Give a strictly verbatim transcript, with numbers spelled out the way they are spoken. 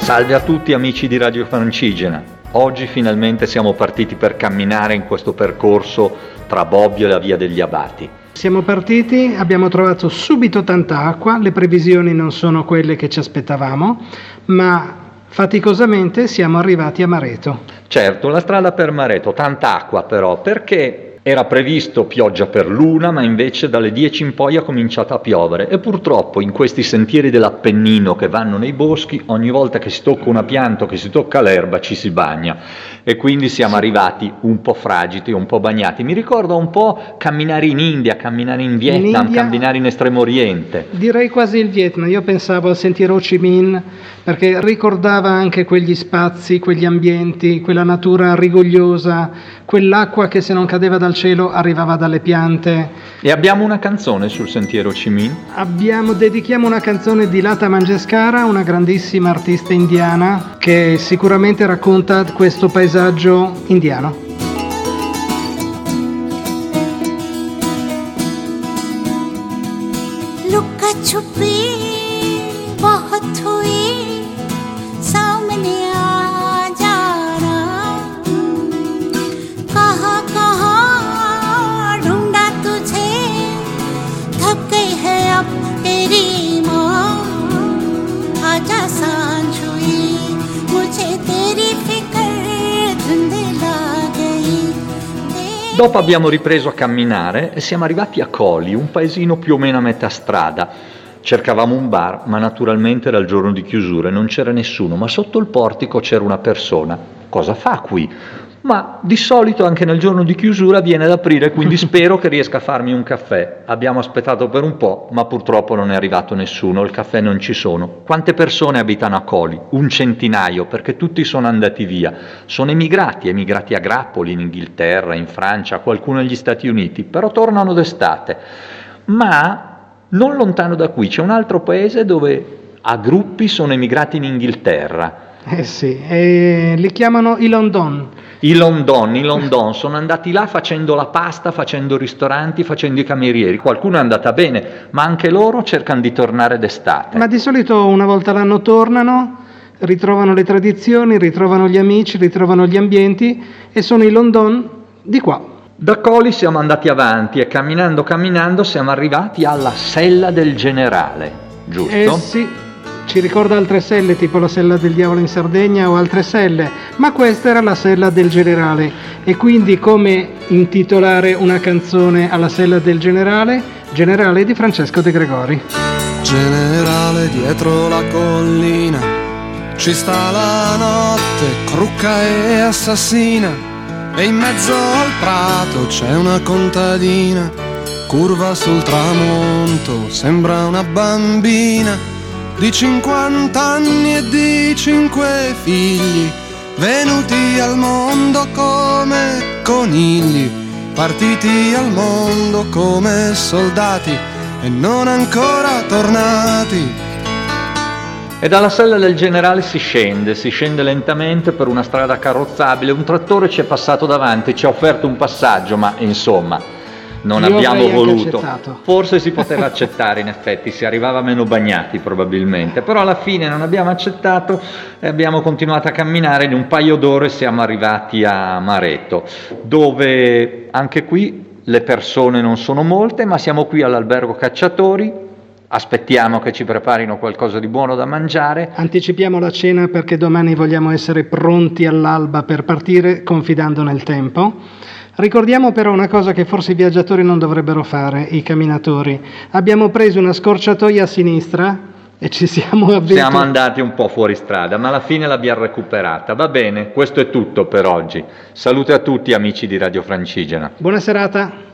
Salve a tutti amici di Radio Francigena. Oggi finalmente siamo partiti per camminare in questo percorso tra Bobbio e la Via degli Abati. Siamo partiti, abbiamo trovato subito tanta acqua, le previsioni non sono quelle che ci aspettavamo, ma faticosamente siamo arrivati a Mareto. Certo, la strada per Mareto, tanta acqua però, perché era previsto pioggia per l'una, ma invece dalle dieci in poi ha cominciato a piovere e purtroppo in questi sentieri dell'Appennino che vanno nei boschi, ogni volta che si tocca una pianta o che si tocca l'erba ci si bagna e quindi siamo arrivati un po' fragili, un po' bagnati. Mi ricorda un po' camminare in India, camminare in Vietnam, in India, camminare in Estremo Oriente. Direi quasi il Vietnam, io pensavo al sentiero Ho Chi Minh perché ricordava anche quegli spazi, quegli ambienti, quella natura rigogliosa, quell'acqua che se non cadeva dal cielo arrivava dalle piante. E abbiamo una canzone sul sentiero Ho Chi Minh? Abbiamo, dedichiamo una canzone di Lata Mangeshkar, una grandissima artista indiana che sicuramente racconta questo paesaggio indiano. लुका छुपी बहुत हुई सामने आ जाना कहाँ कहाँ ढूंढा तुझे थक गई है अब तेरी माँ आजा सांझ हुई मुझे तेरी फिक्र धुंधला गई. Dopo abbiamo ripreso a camminare e siamo arrivati a Coli, un paesino più o meno a metà strada. Cercavamo un bar, ma naturalmente era il giorno di chiusura e non c'era nessuno, ma sotto il portico c'era una persona. Cosa fa qui? Ma di solito anche nel giorno di chiusura viene ad aprire, quindi spero che riesca a farmi un caffè. Abbiamo aspettato per un po', ma purtroppo non è arrivato nessuno, il caffè non ci sono. Quante persone abitano a Coli? Un centinaio, perché tutti sono andati via. Sono emigrati, emigrati a grappoli in Inghilterra, in Francia, qualcuno negli Stati Uniti, però tornano d'estate. Ma non lontano da qui c'è un altro paese dove a gruppi sono emigrati in Inghilterra. Eh sì, e li chiamano i London. I London, i London sono andati là facendo la pasta, facendo ristoranti, facendo i camerieri. Qualcuno è andata bene, ma anche loro cercano di tornare d'estate. Ma di solito una volta l'anno tornano, ritrovano le tradizioni, ritrovano gli amici, ritrovano gli ambienti e sono i London di qua. Da Coli siamo andati avanti e camminando camminando siamo arrivati alla Sella del Generale, giusto? Eh sì. Ci ricorda altre selle, tipo la Sella del Diavolo in Sardegna o altre selle, ma questa era la Sella del Generale. E quindi come intitolare una canzone alla Sella del Generale? Generale di Francesco De Gregori. Generale, dietro la collina ci sta la notte, crucca e assassina, e in mezzo al prato c'è una contadina, curva sul tramonto, sembra una bambina di cinquanta anni e di cinque figli, venuti al mondo come conigli, partiti al mondo come soldati e non ancora tornati. E dalla Sella del Generale si scende, si scende lentamente per una strada carrozzabile, un trattore ci è passato davanti, ci ha offerto un passaggio, ma insomma non Io abbiamo voluto. Accettato. Forse si poteva accettare, in effetti si arrivava meno bagnati probabilmente, però alla fine non abbiamo accettato e abbiamo continuato a camminare. In un paio d'ore siamo arrivati a Mareto, dove anche qui le persone non sono molte, ma siamo qui all'albergo Cacciatori. Aspettiamo che ci preparino qualcosa di buono da mangiare. Anticipiamo la cena perché domani vogliamo essere pronti all'alba per partire confidando nel tempo. Ricordiamo però una cosa che forse i viaggiatori non dovrebbero fare, i camminatori. Abbiamo preso una scorciatoia a sinistra e ci siamo avventati. Siamo andati un po' fuori strada, ma alla fine l'abbiamo recuperata. Va bene, questo è tutto per oggi. Salute a tutti amici di Radio Francigena. Buona serata.